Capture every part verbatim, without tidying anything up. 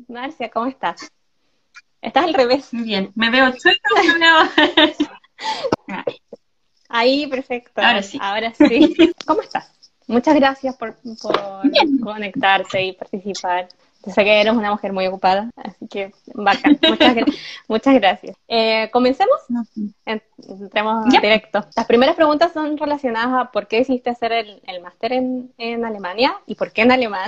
Marcia, ¿cómo estás? Estás al revés. Bien, ¿me veo chueca o me veo...? Ahí, perfecto. Ahora sí. Ahora sí. ¿Cómo estás? Muchas gracias por, por Bien. conectarse y participar. Yo sé que eres una mujer muy ocupada, así que bacán. Muchas, gra- muchas gracias. Eh, ¿comencemos? En- Entremos Ya. directo. Las primeras preguntas son relacionadas a por qué decidiste hacer el, el máster en, en Alemania y por qué en alemán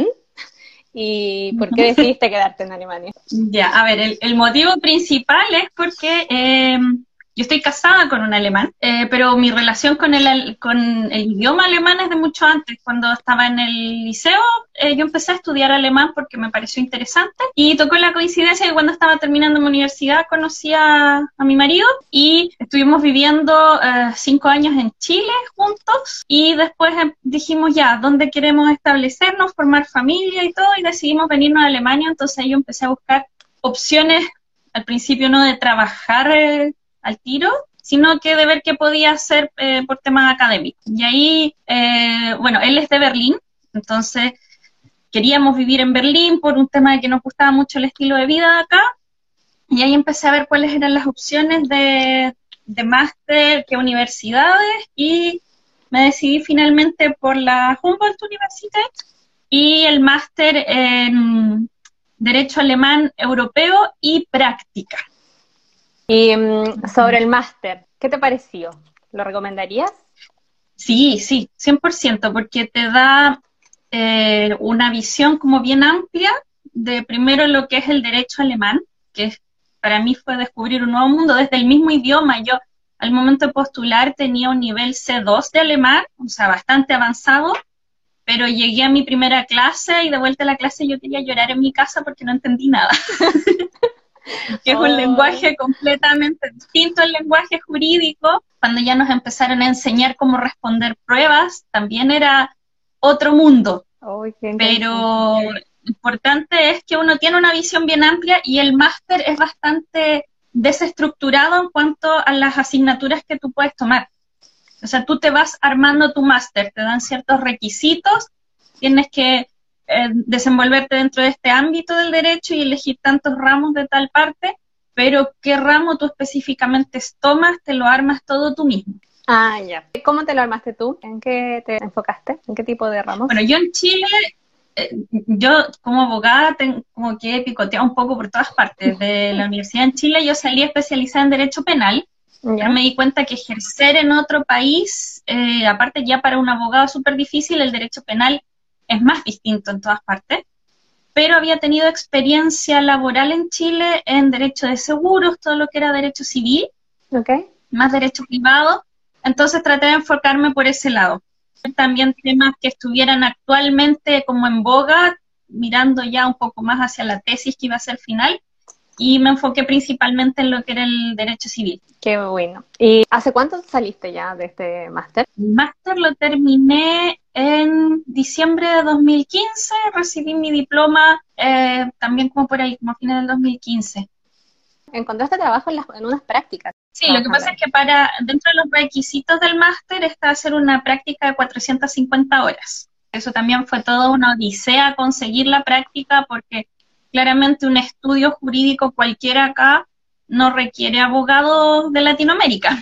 y por qué decidiste quedarte en Alemania. Ya, a ver, el, el motivo principal es porque eh, yo estoy casada con un alemán, eh, pero mi relación con el, al- con el idioma alemán es de mucho antes. Cuando estaba en el liceo, eh, yo empecé a estudiar alemán porque me pareció interesante y tocó la coincidencia que cuando estaba terminando mi universidad conocí a, a mi marido y estuvimos viviendo eh, cinco años en Chile juntos y después eh, dijimos ya, ¿dónde queremos establecernos, formar familia y todo? Y decidimos venirnos a Alemania, entonces yo empecé a buscar opciones, al principio no de trabajar eh, al tiro, sino que de ver qué podía hacer eh, por temas académicos. Y ahí, eh, bueno, él es de Berlín, entonces queríamos vivir en Berlín por un tema de que nos gustaba mucho el estilo de vida de acá, y ahí empecé a ver cuáles eran las opciones de, de máster, qué universidades, y me decidí finalmente por la Humboldt Universität y el máster en Derecho Alemán Europeo y Práctica. Y mm, sobre el máster, ¿qué te pareció? ¿Lo recomendarías? Sí, sí, cien por ciento, porque te da eh, una visión como bien amplia de primero lo que es el derecho alemán, que es- para mí fue descubrir un nuevo mundo desde el mismo idioma. Yo al momento de postular tenía un nivel C dos de alemán, o sea, bastante avanzado, pero llegué a mi primera clase y de vuelta a la clase yo quería llorar en mi casa porque no entendí nada, que es un Oh, lenguaje completamente distinto al lenguaje jurídico. Cuando ya nos empezaron a enseñar cómo responder pruebas, también era otro mundo, oh, qué interesante. pero lo importante es que uno tiene una visión bien amplia y el máster es bastante desestructurado en cuanto a las asignaturas que tú puedes tomar. O sea, tú te vas armando tu máster, te dan ciertos requisitos, tienes que eh, desenvolverte dentro de este ámbito del derecho y elegir tantos ramos de tal parte, pero qué ramo tú específicamente tomas, te lo armas todo tú mismo. Ah, ya. ¿Cómo te lo armaste tú? ¿En qué te enfocaste? ¿En qué tipo de ramos? Bueno, yo en Chile, eh, yo como abogada, tengo, como que he picoteado un poco por todas partes. De la universidad en Chile yo salí especializada en Derecho Penal, pero ¿Ya? me di cuenta que ejercer en otro país, eh, aparte ya para un abogado es súper difícil, el derecho penal es más distinto en todas partes, pero había tenido experiencia laboral en Chile en derecho de seguros, todo lo que era derecho civil, ¿Ok? más derecho privado, entonces traté de enfocarme por ese lado. También temas que estuvieran actualmente como en boga, mirando ya un poco más hacia la tesis que iba a ser final, y me enfoqué principalmente en lo que era el derecho civil. Qué bueno. ¿Y hace cuánto saliste ya de este máster? El máster lo terminé en diciembre de dos mil quince, recibí mi diploma eh, también como por ahí, como a fines del dos mil quince. ¿Encontraste trabajo en, las, en unas prácticas? Sí, lo que Trabajando pasa ahí. es que para, dentro de los requisitos del máster está hacer una práctica de cuatrocientas cincuenta horas. Eso también fue toda una odisea conseguir la práctica porque claramente un estudio jurídico cualquiera acá no requiere abogados de Latinoamérica,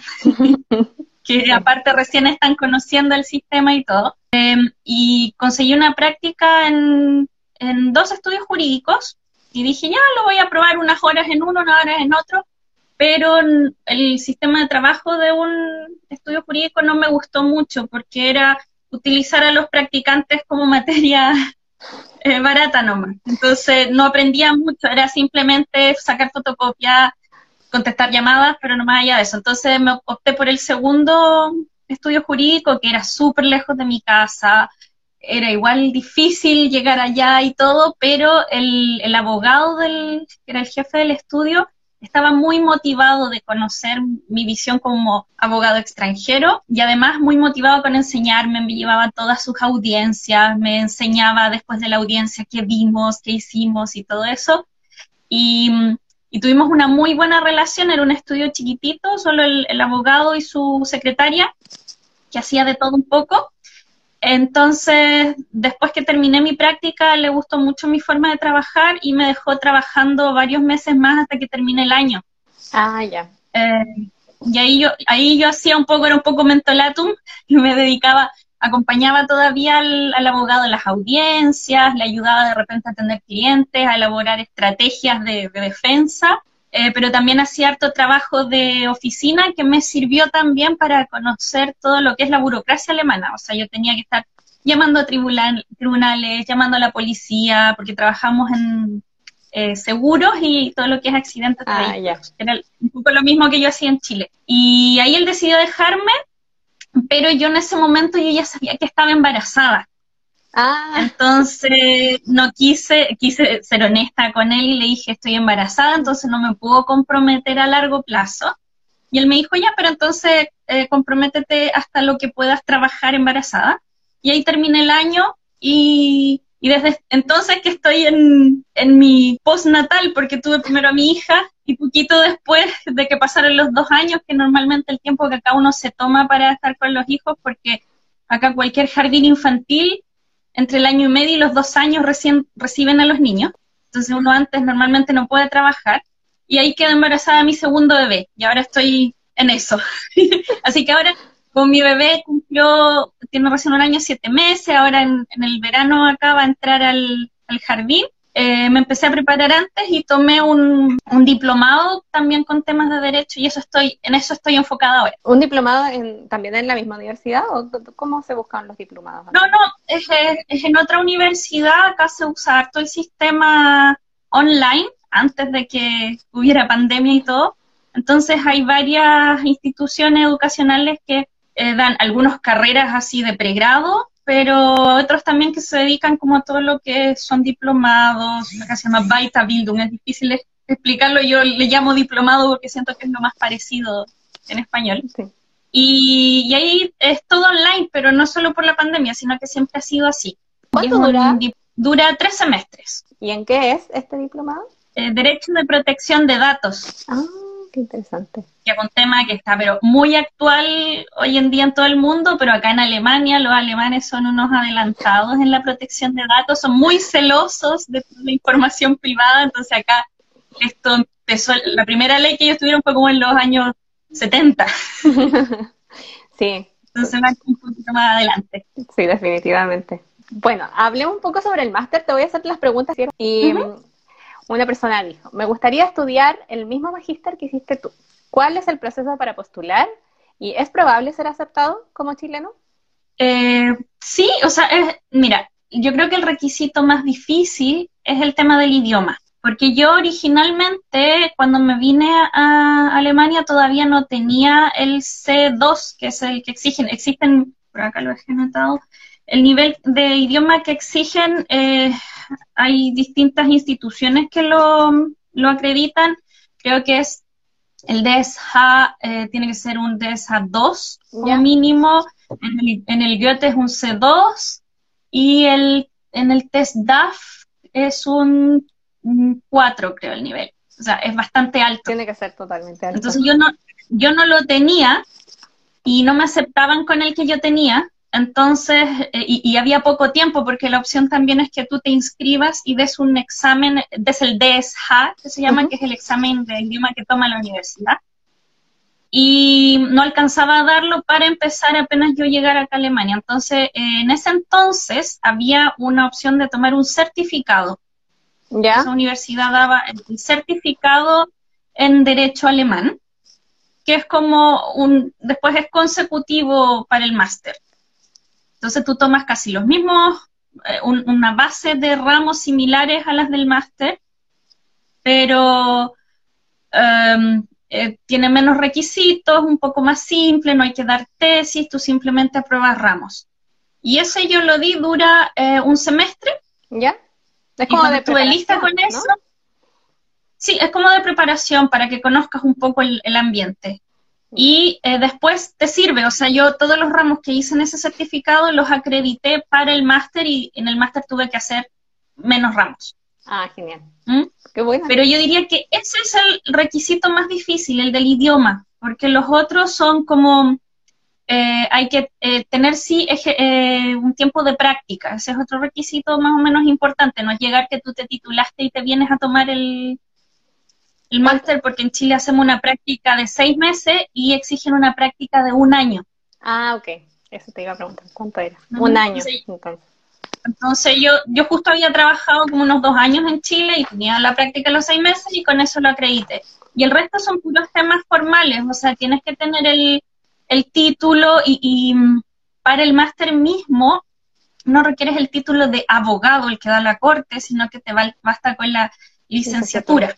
que Sí. aparte recién están conociendo el sistema y todo. Eh, y conseguí una práctica en, en dos estudios jurídicos y dije, ya lo voy a probar unas horas en uno, unas horas en otro, pero el sistema de trabajo de un estudio jurídico no me gustó mucho porque era utilizar a los practicantes como materia eh, barata nomás. Entonces no aprendía mucho, era simplemente sacar fotocopias, contestar llamadas, pero no más allá de eso. Entonces me opté por el segundo estudio jurídico, que era súper lejos de mi casa, era igual difícil llegar allá y todo, pero el, el abogado del, que era el jefe del estudio, estaba muy motivado de conocer mi visión como abogado extranjero y además muy motivado con enseñarme, me llevaba a todas sus audiencias, me enseñaba después de la audiencia qué vimos, qué hicimos y todo eso. Y, y tuvimos una muy buena relación, era un estudio chiquitito, solo el, el abogado y su secretaria, que hacía de todo un poco. Entonces, después que terminé mi práctica, le gustó mucho mi forma de trabajar y me dejó trabajando varios meses más hasta que terminé el año. Ah, ya. Eh, y ahí yo, ahí yo hacía un poco, era un poco mentolatum, y me dedicaba, acompañaba todavía al, al abogado en las audiencias, le ayudaba de repente a atender clientes, a elaborar estrategias de, de defensa, eh, pero también hacía harto trabajo de oficina que me sirvió también para conocer todo lo que es la burocracia alemana. O sea, yo tenía que estar llamando a tribunal, tribunales, llamando a la policía, porque trabajamos en eh, seguros y todo lo que es accidentes de Ah, vehículos. ya. Era un poco lo mismo que yo hacía en Chile. Y ahí él decidió dejarme, pero yo en ese momento yo ya sabía que estaba embarazada. Ah, Entonces no quise, quise ser honesta con él y le dije estoy embarazada, entonces no me puedo comprometer a largo plazo. Y él me dijo ya, pero entonces eh, comprométete hasta lo que puedas trabajar embarazada. Y ahí terminé el año y, y desde entonces que estoy en, en mi postnatal, porque tuve primero a mi hija y poquito después de que pasaron los dos años, que normalmente el tiempo que acá uno se toma para estar con los hijos, porque acá cualquier jardín infantil entre el año y medio y los dos años recién reciben a los niños, entonces uno antes normalmente no puede trabajar, y ahí quedé embarazada de mi segundo bebé, y ahora estoy en eso. Así que ahora, con mi bebé cumplió, tiene recién un año, siete meses, ahora en, en el verano acá va a entrar al, al jardín. Eh, me empecé a preparar antes y tomé un, un diplomado también con temas de derecho, y eso estoy, en eso estoy enfocada ahora. ¿un diplomado en, también en la misma universidad o c- cómo se buscan los diplomados No, acá? no, es, es- es en otra universidad, acá se usa harto el sistema online, antes de que hubiera pandemia y todo. Entonces hay varias instituciones educacionales que eh, dan algunas carreras así de pregrado, pero otros también que se dedican como a todo lo que son diplomados, acá se llama Weiterbildung, es difícil es- explicarlo, yo le llamo diplomado porque siento que es lo más parecido en español. Sí. Y, y ahí es todo online, pero no solo por la pandemia, sino que siempre ha sido así. Y es ¿Cuánto un, dura di- dura tres semestres. y en qué es este diplomado? Eh, Derecho de protección de datos, Ah, qué interesante. que es un tema que está pero muy actual hoy en día en todo el mundo, pero acá en Alemania los alemanes son unos adelantados en la protección de datos, son muy celosos de la información privada, entonces acá esto empezó, la primera ley que ellos tuvieron fue como en los años setenta, Sí, entonces van un poquito más adelante. sí, definitivamente. Bueno, hablemos un poco sobre el máster. Te voy a hacer las preguntas. Y Ujú. mm, una persona dijo, me gustaría estudiar el mismo magíster que hiciste tú. ¿Cuál es el proceso para postular? ¿Y es probable ser aceptado como chileno? Eh, sí, o sea, es- mira, yo creo que el requisito más difícil es el tema del idioma, porque yo originalmente cuando me vine a Alemania todavía no tenía el C dos, que es el que exigen, existen, por acá lo he anotado, el nivel de idioma que exigen, eh, hay distintas instituciones que lo, lo acreditan, creo que es el D S H, eh, tiene que ser un D S H dos como ¿Ya? mínimo, en el, en el Goethe es un C dos y el, en el test D A F es un, un cuatro, creo, el nivel. O sea, es bastante alto. Tiene que ser totalmente alto. Entonces yo no, yo no lo tenía y no me aceptaban con el que yo tenía. Entonces, eh, y, y había poco tiempo porque la opción también es que tú te inscribas y des un examen, des el D S H, que se llama, Ujú. que es el examen de idioma que toma la universidad. Y no alcanzaba a darlo para empezar apenas yo llegar acá a Alemania. Entonces, eh, en ese entonces había una opción de tomar un certificado. ¿Ya? Esa universidad daba el certificado en Derecho Alemán, que es como un, después es consecutivo para el máster. Entonces tú tomas casi los mismos, eh, un, una base de ramos similares a las del máster, pero um, eh, tiene menos requisitos, un poco más simple, no hay que dar tesis, tú simplemente apruebas ramos. Y ese yo lo di, dura eh, un semestre, ¿Ya? Es y como cuando de estuve lista con preparación, eso, ¿no? sí, es como de preparación para que conozcas un poco el, el ambiente. Y eh, después te sirve, o sea, yo todos los ramos que hice en ese certificado los acredité para el máster y en el máster tuve que hacer menos ramos. Ah, genial. ¿Mm? Qué buena. Pero yo diría que ese es el requisito más difícil, el del idioma, porque los otros son como eh, hay que eh, tener sí eje, eh, un tiempo de práctica. Ese es otro requisito más o menos importante. No es llegar que tú te titulaste y te vienes a tomar el, el máster, porque en Chile hacemos una práctica de seis meses y exigen una práctica de un año. Ah, ok. Eso te iba a preguntar. ¿Cuánto era? Uh-huh. Un año. Sí. Entonces. Entonces yo, yo justo había trabajado como unos dos años en Chile y tenía la práctica los seis meses y con eso lo acredité. Y el resto son puros temas formales, o sea, tienes que tener el, el título y, y para el máster mismo no requieres el título de abogado, el que da la corte, sino que te va, basta con la licenciatura.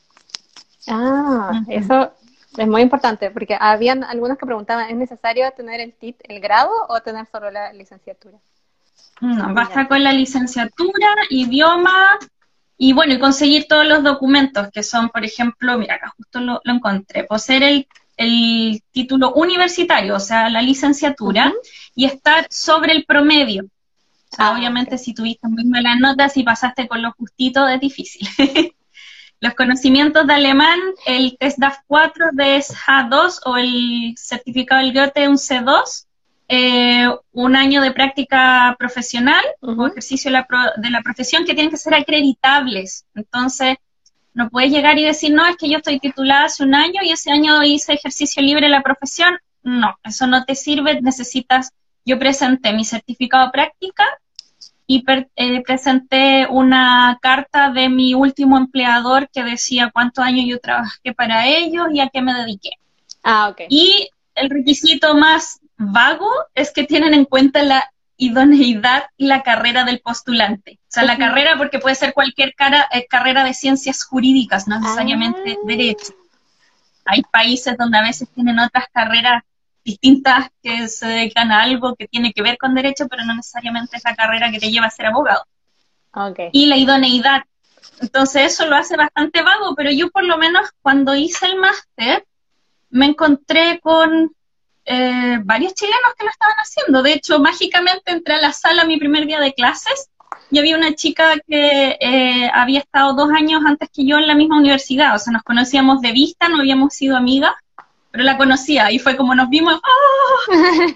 Ah, uh-huh. Eso es muy importante, porque habían algunos que preguntaban, ¿es necesario tener el, tit el grado o tener solo la licenciatura? No, basta con la licenciatura, idioma, y bueno, y conseguir todos los documentos, que son, por ejemplo, mira, acá justo lo, lo encontré, poseer el, el título universitario, o sea, la licenciatura, uh-huh. y estar sobre el promedio. O sea, ah, obviamente, okay. Si tuviste muy malas notas y pasaste con lo justito, es difícil. Los conocimientos de alemán, el test D A F cuatro de S H dos o el certificado del Goethe, un C dos, Eh, un año de práctica profesional uh-huh. o ejercicio de la, pro, de la profesión que tienen que ser acreditables. Entonces, no puedes llegar y decir, no, es que yo estoy titulada hace un año y ese año hice ejercicio libre de la profesión. No, eso no te sirve, necesitas, yo presenté mi certificado de práctica y per, eh, presenté una carta de mi último empleador que decía cuántos años yo trabajé para ellos y a qué me dediqué. Ah, ok. Y el requisito más vago es que tienen en cuenta la idoneidad y la carrera del postulante. O sea, uh-huh. la carrera, porque puede ser cualquier cara, eh, carrera de ciencias jurídicas, no necesariamente ah. derecho. Hay países donde a veces tienen otras carreras distintas que se dedican a algo que tiene que ver con derecho, pero no necesariamente es la carrera que te lleva a ser abogado. Okay. Y la idoneidad. Entonces eso lo hace bastante vago, pero yo por lo menos cuando hice el máster me encontré con Eh, varios chilenos que lo estaban haciendo. De hecho, mágicamente entré a la sala mi primer día de clases y había una chica que eh, había estado dos años antes que yo en la misma universidad. O sea, nos conocíamos de vista, no habíamos sido amigas, pero la conocía y fue como nos vimos, ¡oh!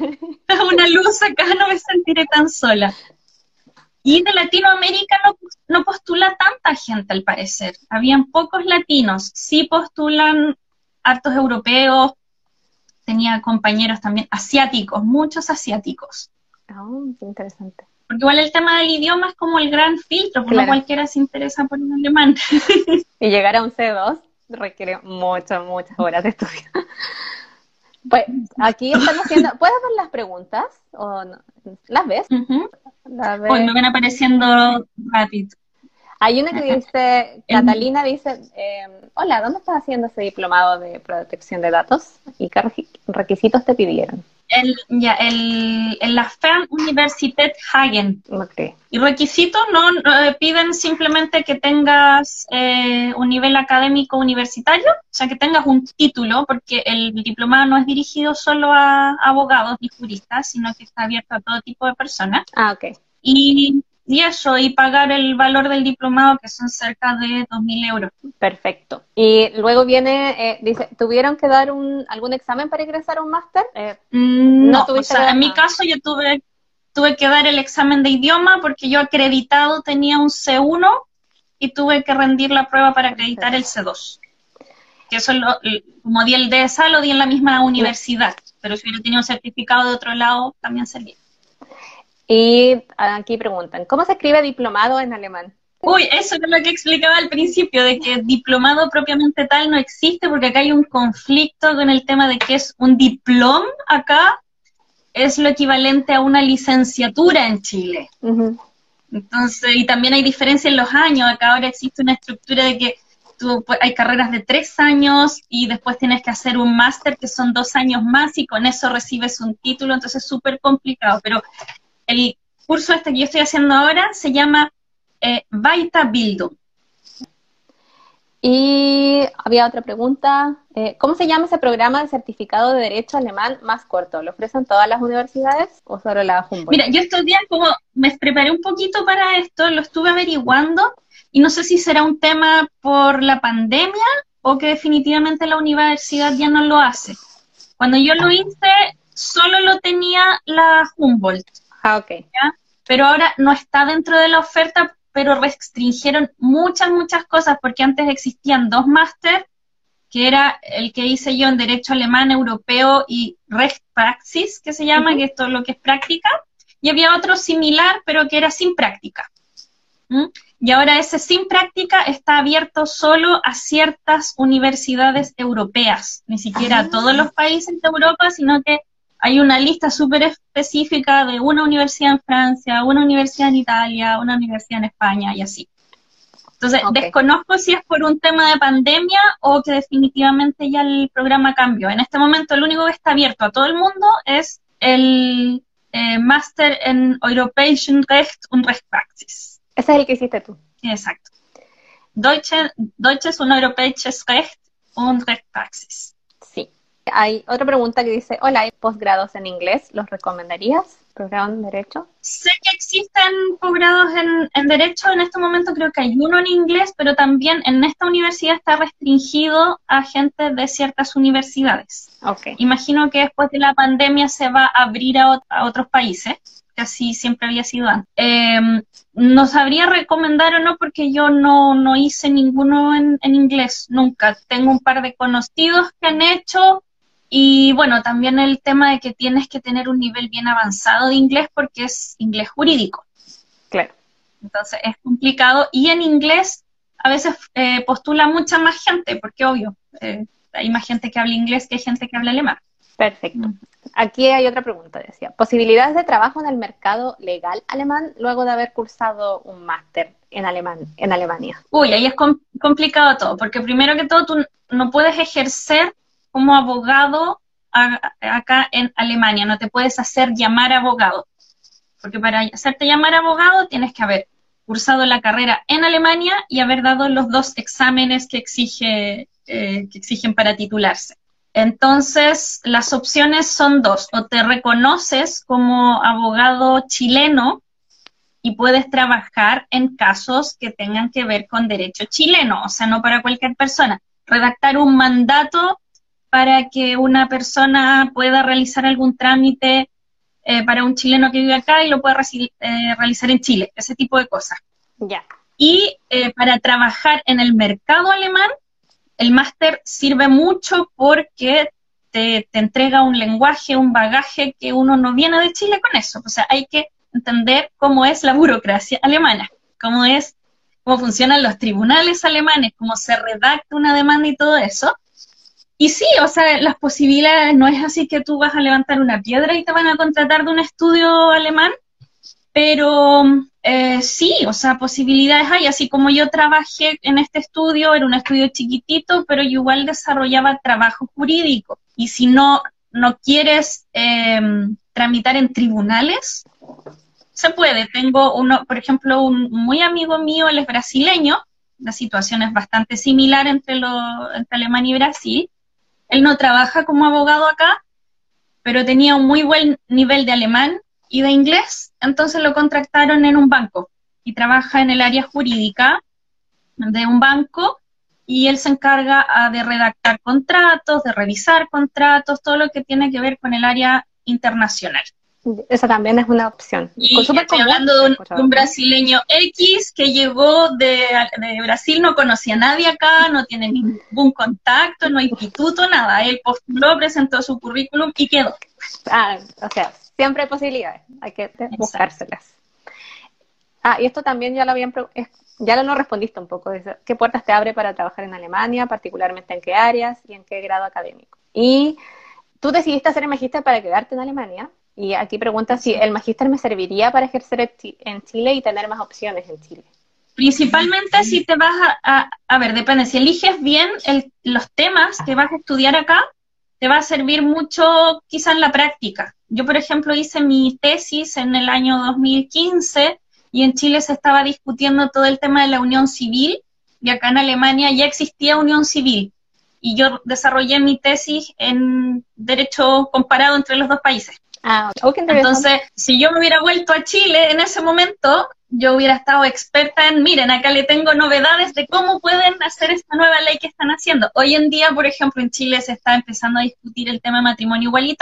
Una luz acá, no me sentiré tan sola. Y de Latinoamérica no, no postula tanta gente, al parecer. Habían pocos latinos, sí postulan hartos europeos. Tenía compañeros también asiáticos, muchos asiáticos. Oh, qué interesante. Porque igual el tema del idioma es como el gran filtro, porque claro. No cualquiera se interesa por un alemán. Y llegar a un C dos requiere muchas, muchas horas de estudio. Pues aquí están haciendo, ¿puedes ver las preguntas? ¿O no? ¿Las ves? Uh-huh. ¿Las ves? Hoy me van apareciendo rápido. Hay una que dice, Catalina dice, eh, hola, ¿dónde estás haciendo ese diplomado de protección de datos? ¿Y qué requisitos te pidieron? El, ya, el, en la Fernuniversität Hagen. Okay. Y requisitos no, no piden simplemente que tengas eh, un nivel académico universitario, o sea, que tengas un título, porque el diplomado no es dirigido solo a abogados ni juristas, sino que está abierto a todo tipo de personas. Ah, ok. Y... Y eso, y pagar el valor del diplomado, que son cerca de dos mil euros. Perfecto. Y luego viene, eh, dice, ¿tuvieron que dar un, algún examen para ingresar a un máster? Eh, no, no o sea, en mi caso yo tuve, tuve que dar el examen de idioma porque yo acreditado tenía un C uno y tuve que rendir la prueba para acreditar el C dos. Que eso, lo, como di el D S A, lo di en la misma universidad, pero si hubiera tenido un certificado de otro lado, también sería. Y aquí preguntan, ¿cómo se escribe diplomado en alemán? Uy, eso es lo que explicaba al principio, de que diplomado propiamente tal no existe, porque acá hay un conflicto con el tema de que es un diploma acá, es lo equivalente a una licenciatura en Chile. Uh-huh. Entonces, y también hay diferencia en los años, acá ahora existe una estructura de que tú, pues, hay carreras de tres años y después tienes que hacer un máster que son dos años más y con eso recibes un título, entonces es súper complicado, pero el curso este que yo estoy haciendo ahora se llama eh, Weiterbildung. Y había otra pregunta, eh, ¿cómo se llama ese programa de certificado de Derecho Alemán más corto? ¿Lo ofrecen todas las universidades o solo la Humboldt? Mira, yo estos días como me preparé un poquito para esto, lo estuve averiguando y no sé si será un tema por la pandemia o que definitivamente la universidad ya no lo hace. Cuando yo lo hice, solo lo tenía la Humboldt. Ah, ok. ¿Ya? Pero ahora no está dentro de la oferta, pero restringieron muchas, muchas cosas, porque antes existían dos máster, que era el que hice yo en Derecho Alemán, Europeo y Rechtspraxis, que se llama, uh-huh. que esto es lo que es práctica, y había otro similar, pero que era sin práctica. ¿Mm? Y ahora ese sin práctica está abierto solo a ciertas universidades europeas, ni siquiera ah. a todos los países de Europa, sino que hay una lista súper específica de una universidad en Francia, una universidad en Italia, una universidad en España y así. Entonces, okay. desconozco si es por un tema de pandemia o que definitivamente ya el programa cambió. En este momento el único que está abierto a todo el mundo es el eh, Máster en Europäischen Recht und Rechtspraxis. Ese es el que hiciste tú. Exacto. Deutsche, Deutsches und Europäisches Recht und Rechtspraxis. Sí. Hay otra pregunta que dice, hola, ¿hay posgrados en inglés? ¿Los recomendarías? ¿Posgrado en Derecho? Sé que existen posgrados en, en Derecho, en este momento creo que hay uno en inglés, pero también en esta universidad está restringido a gente de ciertas universidades. Okay. Imagino que después de la pandemia se va a abrir a, a otros países, que así siempre había sido antes. Eh, no sabría recomendar o no porque yo no, no hice ninguno en, en inglés, nunca. Tengo un par de conocidos que han hecho. Y bueno, también el tema de que tienes que tener un nivel bien avanzado de inglés porque es inglés jurídico. Claro. Entonces es complicado. Y en inglés a veces eh, postula mucha más gente, porque obvio, eh, hay más gente que habla inglés que hay gente que habla alemán. Perfecto. Aquí hay otra pregunta, decía. ¿Posibilidades de trabajo en el mercado legal alemán luego de haber cursado un máster en, alemán, en Alemania? Uy, ahí es com- complicado todo, porque primero que todo tú no puedes ejercer como abogado a, a, acá en Alemania, no te puedes hacer llamar abogado, porque para hacerte llamar abogado tienes que haber cursado la carrera en Alemania y haber dado los dos exámenes que, exige, eh, que exigen para titularse. Entonces, las opciones son dos, o te reconoces como abogado chileno y puedes trabajar en casos que tengan que ver con derecho chileno, o sea, no para cualquier persona. Redactar un mandato para que una persona pueda realizar algún trámite eh, para un chileno que vive acá y lo pueda reci- eh, realizar en Chile, ese tipo de cosas. Ya. Yeah. Y eh, para trabajar en el mercado alemán, el máster sirve mucho porque te, te entrega un lenguaje, un bagaje que uno no viene de Chile con eso. O sea, hay que entender cómo es la burocracia alemana, cómo es, cómo funcionan los tribunales alemanes, cómo se redacta una demanda y todo eso. Y sí, o sea, las posibilidades, no es así que tú vas a levantar una piedra y te van a contratar de un estudio alemán, pero eh, sí, o sea, posibilidades hay, así como yo trabajé en este estudio, era un estudio chiquitito, pero yo igual desarrollaba trabajo jurídico. Y si no, no quieres eh, tramitar en tribunales, se puede. Tengo uno, por ejemplo, un muy amigo mío, él es brasileño, la situación es bastante similar entre, lo, entre Alemania y Brasil. Él no trabaja como abogado acá, pero tenía un muy buen nivel de alemán y de inglés, entonces lo contrataron en un banco y trabaja en el área jurídica de un banco y él se encarga uh, de redactar contratos, de revisar contratos, todo lo que tiene que ver con el área internacional. Esa también es una opción. Y estoy común, hablando de un, de un brasileño X que llegó de, de Brasil, no conocía a nadie acá, no tiene ningún contacto, no hay instituto, nada. Él postuló, presentó su currículum y quedó. Ah, o sea, siempre hay posibilidades, hay que buscárselas. Ah, y esto también ya lo habían ya lo respondiste un poco. ¿Qué puertas te abre para trabajar en Alemania, particularmente en qué áreas y en qué grado académico? Y tú decidiste hacer el magíster para quedarte en Alemania. Y aquí pregunta si el magíster me serviría para ejercer en Chile y tener más opciones en Chile. Principalmente si te vas a, a, a ver, depende, si eliges bien el, los temas que vas a estudiar acá, te va a servir mucho quizá en la práctica. Yo, por ejemplo, hice mi tesis en el año dos mil quince y en Chile se estaba discutiendo todo el tema de la unión civil y acá en Alemania ya existía unión civil. Y yo desarrollé mi tesis en derecho comparado entre los dos países. Ah, okay. Entonces, si yo me hubiera vuelto a Chile en ese momento, yo hubiera estado experta en, miren, acá le tengo novedades de cómo pueden hacer esta nueva ley que están haciendo. Hoy en día, por ejemplo, en Chile se está empezando a discutir el tema de matrimonio igualitario,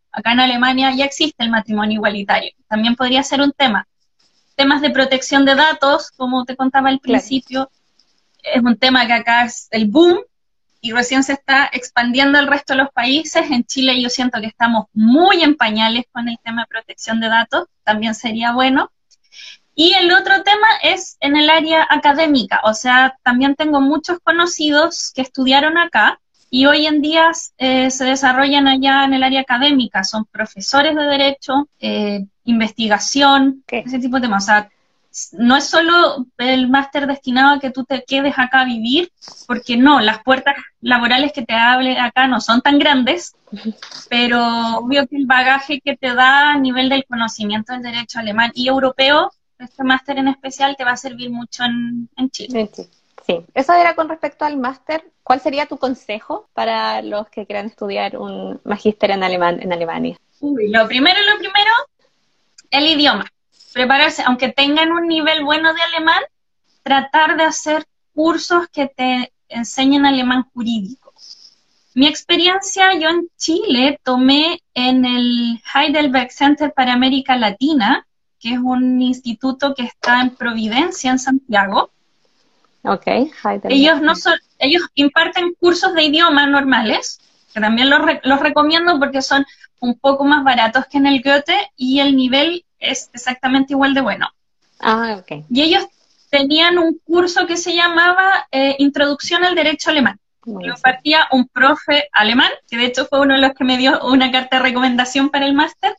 acá en Alemania ya existe el matrimonio igualitario. También podría ser un tema. Temas de protección de datos, como te contaba al principio, claro. Es un tema que acá es el boom y recién se está expandiendo al resto de los países. En Chile yo siento que estamos muy en pañales con el tema de protección de datos, también sería bueno. Y el otro tema es en el área académica, o sea, también tengo muchos conocidos que estudiaron acá y hoy en día eh, se desarrollan allá en el área académica, son profesores de derecho, eh, investigación, ¿qué? Ese tipo de temas. O sea, no es solo el máster destinado a que tú te quedes acá a vivir, porque no, las puertas laborales que te abren acá no son tan grandes, pero obvio que el bagaje que te da a nivel del conocimiento del derecho alemán y europeo, este máster en especial te va a servir mucho en, en Chile. Sí, sí, eso era con respecto al máster. ¿Cuál sería tu consejo para los que quieran estudiar un magíster en alemán en Alemania? Uy, lo primero, lo primero, el idioma. Prepararse, aunque tengan un nivel bueno de alemán, tratar de hacer cursos que te enseñen alemán jurídico. Mi experiencia, yo en Chile tomé en el Heidelberg Center para América Latina, que es un instituto que está en Providencia, en Santiago. Ok, Heidelberg. Ellos, no son, ellos imparten cursos de idioma normales, que también los, re, los recomiendo porque son un poco más baratos que en el Goethe y el nivel es exactamente igual de bueno. Ah, ok. Y ellos tenían un curso que se llamaba eh, Introducción al Derecho Alemán. Lo impartía un profe alemán, que de hecho fue uno de los que me dio una carta de recomendación para el máster.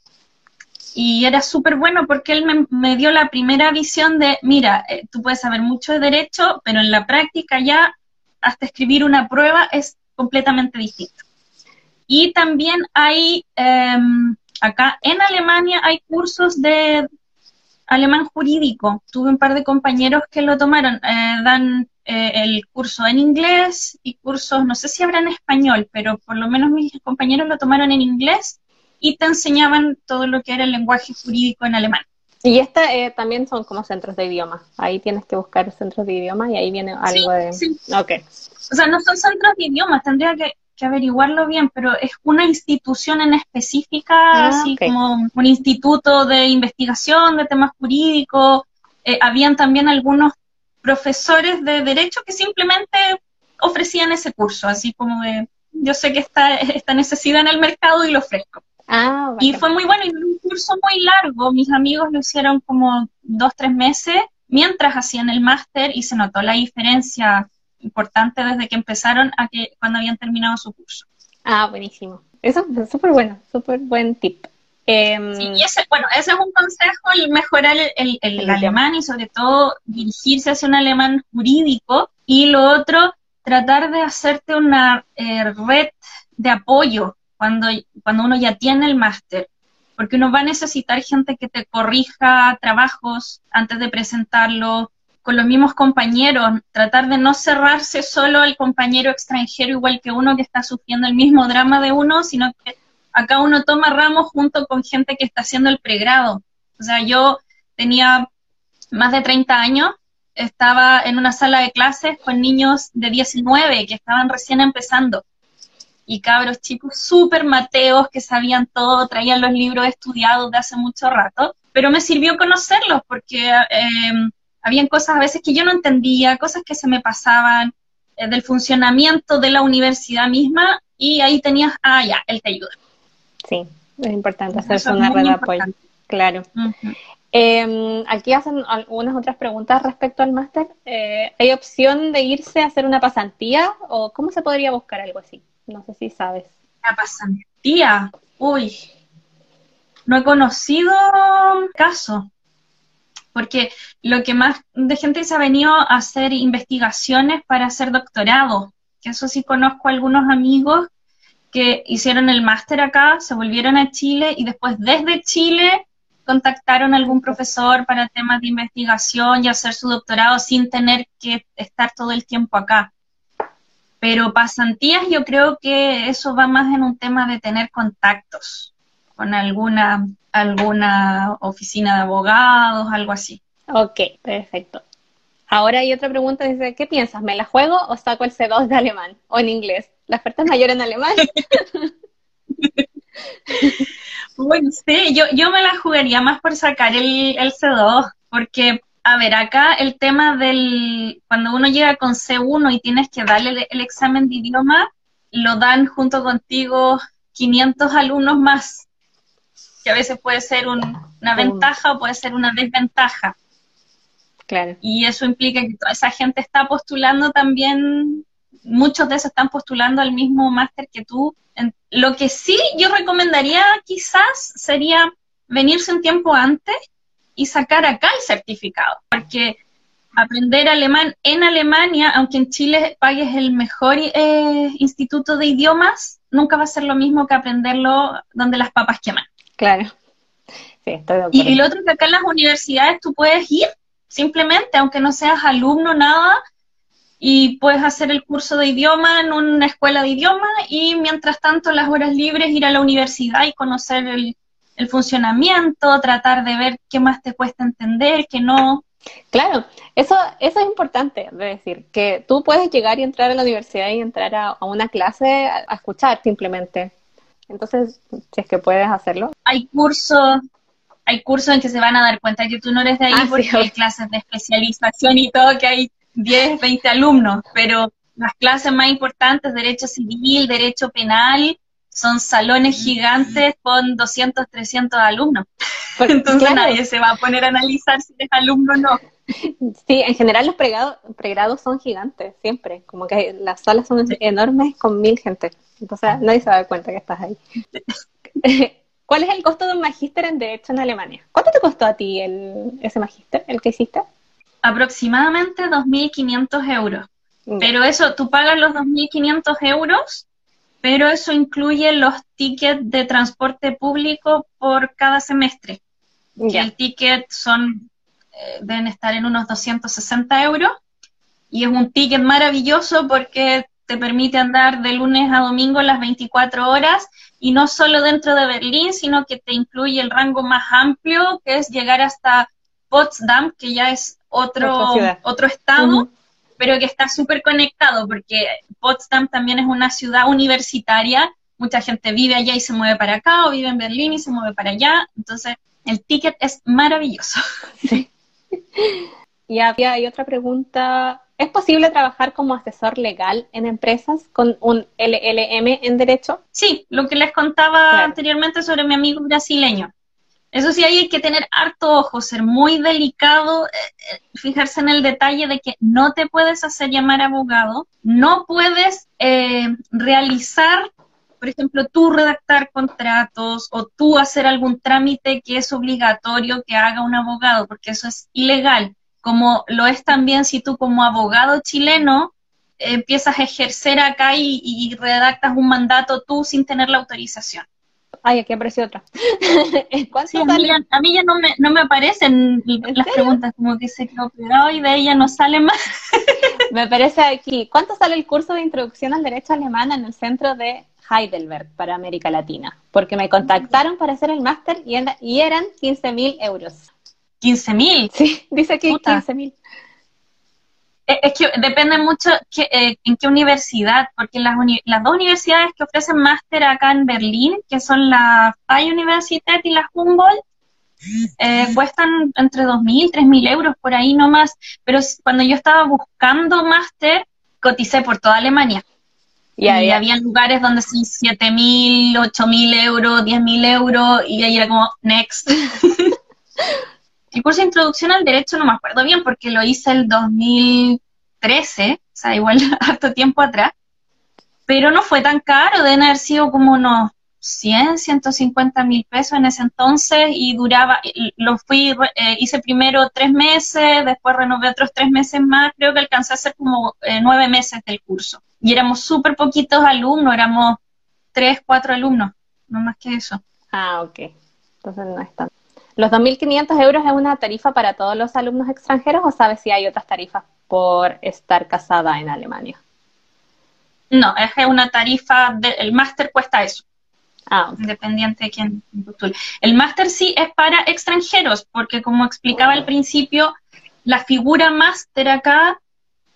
Y era súper bueno porque él me, me dio la primera visión de, mira, eh, tú puedes saber mucho de derecho, pero en la práctica ya hasta escribir una prueba es completamente distinto. Y también hay, eh, acá en Alemania hay cursos de alemán jurídico. Tuve un par de compañeros que lo tomaron, eh, dan eh, el curso en inglés y cursos, no sé si habrá en español, pero por lo menos mis compañeros lo tomaron en inglés. Y te enseñaban todo lo que era el lenguaje jurídico en alemán. Y esta eh, también son como centros de idioma. Ahí tienes que buscar centros de idioma y ahí viene algo sí, de... Sí. Okay. O sea, no son centros de idiomas, tendría que, que averiguarlo bien, pero es una institución en específica, ah, así okay. como un instituto de investigación de temas jurídicos. Eh, habían también algunos profesores de derecho que simplemente ofrecían ese curso, así como de, yo sé que está esta necesidad en el mercado y lo ofrezco. Ah, y fue muy bueno, y un curso muy largo, mis amigos lo hicieron como dos, tres meses, mientras hacían el máster, y se notó la diferencia importante desde que empezaron a que cuando habían terminado su curso. Ah, buenísimo. Eso es súper bueno, súper buen tip. Eh, sí, y ese, bueno, ese es un consejo, el mejorar el, el, el, el alemán, y sobre todo dirigirse hacia un alemán jurídico, y lo otro, tratar de hacerte una eh, red de apoyo cuando, cuando uno ya tiene el máster, porque uno va a necesitar gente que te corrija trabajos antes de presentarlo, con los mismos compañeros, tratar de no cerrarse solo al compañero extranjero igual que uno que está sufriendo el mismo drama de uno, sino que acá uno toma ramos junto con gente que está haciendo el pregrado. O sea, yo tenía más de treinta años, estaba en una sala de clases con niños de diecinueve que estaban recién empezando. Y cabros chicos súper mateos que sabían todo, traían los libros estudiados de hace mucho rato, pero me sirvió conocerlos porque eh, habían cosas a veces que yo no entendía, cosas que se me pasaban eh, del funcionamiento de la universidad misma, y ahí tenías, ah, ya, él te ayuda. Sí, es importante hacerse una red de apoyo, claro. Uh-huh. Eh, aquí hacen algunas otras preguntas respecto al máster. Eh, ¿hay opción de irse a hacer una pasantía o cómo se podría buscar algo así? No sé si sabes. La pasantía, uy, no he conocido caso, porque lo que más de gente se ha venido a hacer investigaciones para hacer doctorado, que eso sí conozco a algunos amigos que hicieron el máster acá, se volvieron a Chile y después desde Chile contactaron a algún profesor para temas de investigación y hacer su doctorado sin tener que estar todo el tiempo acá. Pero pasantías yo creo que eso va más en un tema de tener contactos con alguna, alguna oficina de abogados, algo así. Ok, perfecto. Ahora hay otra pregunta, dice, ¿qué piensas? ¿Me la juego o saco el C dos de alemán? O en inglés. ¿La oferta es mayor en alemán? Bueno, sí, yo, yo me la jugaría más por sacar el, el C dos, porque, a ver, acá el tema del, cuando uno llega con C uno y tienes que darle el, el examen de idioma, lo dan junto contigo quinientos alumnos más, que a veces puede ser un, una ventaja o puede ser una desventaja. Claro. Y eso implica que toda esa gente está postulando también, muchos de esos están postulando al mismo máster que tú. Lo que sí yo recomendaría quizás sería venirse un tiempo antes y sacar acá el certificado, porque aprender alemán en Alemania, aunque en Chile pagues el mejor eh, instituto de idiomas, nunca va a ser lo mismo que aprenderlo donde las papas queman. Claro. Sí, estoy de acuerdo. Y, y lo otro es que acá en las universidades tú puedes ir simplemente, aunque no seas alumno, nada, y puedes hacer el curso de idioma en una escuela de idioma y mientras tanto las horas libres ir a la universidad y conocer el, el funcionamiento, tratar de ver qué más te cuesta entender, qué no. Claro, eso, eso es importante, es decir, que tú puedes llegar y entrar a la universidad y entrar a, a una clase a, a escuchar simplemente. Entonces, si es que puedes hacerlo. Hay cursos, hay cursos en que se van a dar cuenta que tú no eres de ahí, ah, porque sí, hay clases de especialización y todo, que hay diez, veinte alumnos, pero las clases más importantes, derecho civil, derecho penal, son salones gigantes con doscientos, trescientos alumnos. Porque, entonces claro, nadie se va a poner a analizar si eres alumno o no. Sí, en general los pregrados, pregrados son gigantes, siempre, como que las salas son sí. enormes con mil gente, entonces nadie se va a dar cuenta que estás ahí. ¿Cuál es el costo de un magíster en Derecho en Alemania? ¿Cuánto te costó a ti el, ese magíster, el que hiciste? Aproximadamente dos mil quinientos euros. Yeah. Pero eso, tú pagas los dos mil quinientos euros, pero eso incluye los tickets de transporte público por cada semestre. Yeah. El ticket son, eh, deben estar en unos doscientos sesenta euros, y es un ticket maravilloso porque te permite andar de lunes a domingo las veinticuatro horas, y no solo dentro de Berlín, sino que te incluye el rango más amplio, que es llegar hasta Potsdam, que ya es otro, otro estado, uh-huh. pero que está súper conectado, porque Potsdam también es una ciudad universitaria, mucha gente vive allá y se mueve para acá, o vive en Berlín y se mueve para allá, entonces el ticket es maravilloso. Sí. Y había hay otra pregunta, ¿es posible trabajar como asesor legal en empresas con un L L M en Derecho? Sí, lo que les contaba claro. anteriormente sobre mi amigo brasileño. Eso sí, ahí hay que tener harto ojo, ser muy delicado, eh, fijarse en el detalle de que no te puedes hacer llamar abogado, no puedes eh, realizar, por ejemplo, tú redactar contratos o tú hacer algún trámite que es obligatorio que haga un abogado, porque eso es ilegal, como lo es también si tú como abogado chileno eh, empiezas a ejercer acá y, y redactas un mandato tú sin tener la autorización. Ay, aquí apareció otra. Sí, a, mí ya, a mí ya no me, no me aparecen las serio? preguntas, como que se quedó pegado y de ella no sale más. Me aparece aquí, ¿cuánto sale el curso de introducción al derecho alemán en el centro de Heidelberg para América Latina? Porque me contactaron para hacer el máster y, y eran quince mil euros. ¿quince mil? Sí, dice aquí quince mil. Es que depende mucho que, eh, en qué universidad, porque las, uni las dos universidades que ofrecen máster acá en Berlín, que son la Freie Universität y la Humboldt, eh, cuestan entre dos mil, tres mil euros por ahí nomás, pero cuando yo estaba buscando máster, coticé por toda Alemania. Yeah, y yeah. había lugares donde sí, siete mil, ocho mil euros, diez mil euros, y ahí era como, next. El curso de introducción al derecho no me acuerdo bien porque lo hice el dos mil trece, o sea, igual harto tiempo atrás, pero no fue tan caro, deben haber sido como unos cien, ciento cincuenta mil pesos en ese entonces, y duraba, lo fui, eh, hice primero tres meses, después renové otros tres meses más, creo que alcancé a hacer como eh, nueve meses del curso, y éramos súper poquitos alumnos, éramos tres, cuatro alumnos, no más que eso. Ah, ok, entonces no es tanto. ¿Los dos mil quinientos euros es una tarifa para todos los alumnos extranjeros o sabes si hay otras tarifas por estar casada en Alemania? No, es una tarifa, de, el máster cuesta eso. Ah, okay. Independiente de quién postule. El máster sí es para extranjeros, porque como explicaba al principio, la figura máster acá